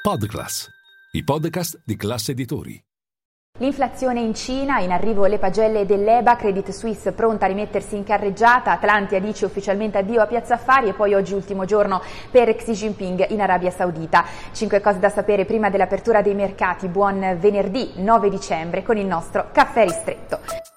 Podclass, i podcast di Class Editori. L'inflazione in Cina, in arrivo le pagelle dell'EBA, Credit Suisse pronta a rimettersi in carreggiata, Atlantia dice ufficialmente addio a Piazza Affari e poi oggi ultimo giorno per Xi Jinping in Arabia Saudita. 5 cose da sapere prima dell'apertura dei mercati. Buon venerdì 9 dicembre con il nostro caffè ristretto.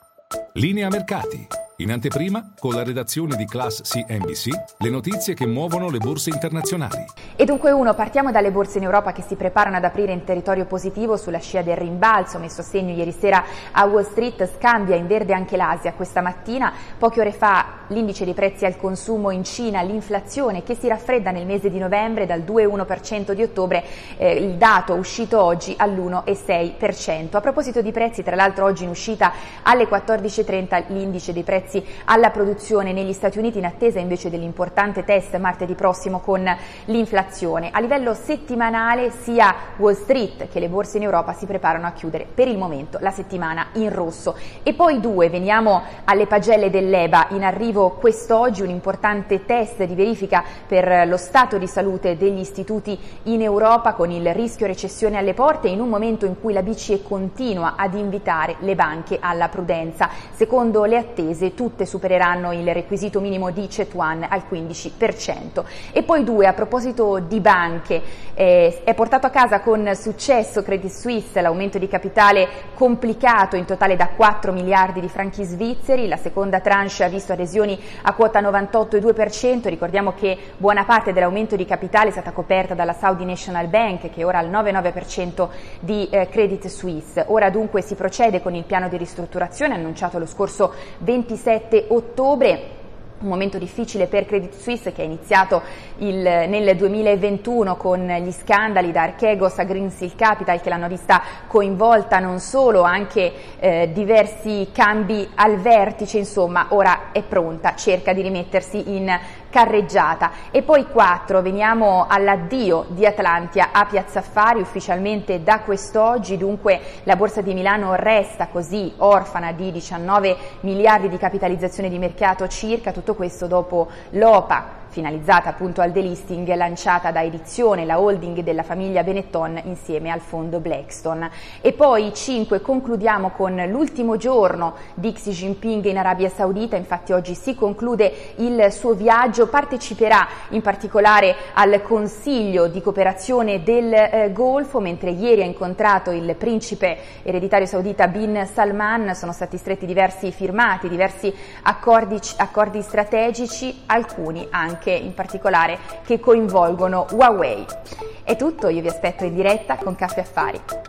Linea mercati. In anteprima, con la redazione di Class CNBC, le notizie che muovono le borse internazionali. E dunque partiamo dalle borse in Europa che si preparano ad aprire in territorio positivo sulla scia del rimbalzo messo a segno ieri sera a Wall Street. Scambia in verde anche l'Asia questa mattina. Poche ore fa l'indice dei prezzi al consumo in Cina, l'inflazione che si raffredda nel mese di novembre dal 2,1% di ottobre, il dato uscito oggi all'1,6%. A proposito di prezzi, tra l'altro oggi in uscita alle 14.30 l'indice dei prezzi alla produzione negli Stati Uniti, in attesa invece dell'importante test martedì prossimo con l'inflazione. A livello settimanale sia Wall Street che le borse in Europa si preparano a chiudere per il momento la settimana in rosso. E poi veniamo alle pagelle dell'EBA, in arrivo quest'oggi un importante test di verifica per lo stato di salute degli istituti in Europa, con il rischio recessione alle porte in un momento in cui la BCE continua ad invitare le banche alla prudenza. Secondo le attese tutte supereranno il requisito minimo di CET1 al 15%. E poi a proposito di banche, è portato a casa con successo Credit Suisse, l'aumento di capitale complicato in totale da 4 miliardi di franchi svizzeri. La seconda tranche ha visto adesioni a quota 98,2%. Ricordiamo che buona parte dell'aumento di capitale è stata coperta dalla Saudi National Bank, che ora ha il 9,9% di Credit Suisse. Ora dunque si procede con il piano di ristrutturazione annunciato lo scorso 27 ottobre. Un momento difficile per Credit Suisse che è iniziato nel 2021 con gli scandali da Archegos a Greensill Capital che l'hanno vista coinvolta, non solo, anche diversi cambi al vertice. Insomma, ora è pronta, cerca di rimettersi in carreggiata. E poi veniamo all'addio di Atlantia a Piazza Affari ufficialmente da quest'oggi. Dunque la Borsa di Milano resta così orfana di 19 miliardi di capitalizzazione di mercato circa. Tutto questo dopo l'OPA, finalizzata appunto al delisting, lanciata da Edizione, la holding della famiglia Benetton insieme al fondo Blackstone. E poi concludiamo con l'ultimo giorno di Xi Jinping in Arabia Saudita. Infatti oggi si conclude il suo viaggio, parteciperà in particolare al Consiglio di cooperazione del Golfo, mentre ieri ha incontrato il principe ereditario saudita Bin Salman. Sono stati firmati diversi accordi strategici, alcuni anche in particolare che coinvolgono Huawei. È tutto, io vi aspetto in diretta con Caffè Affari.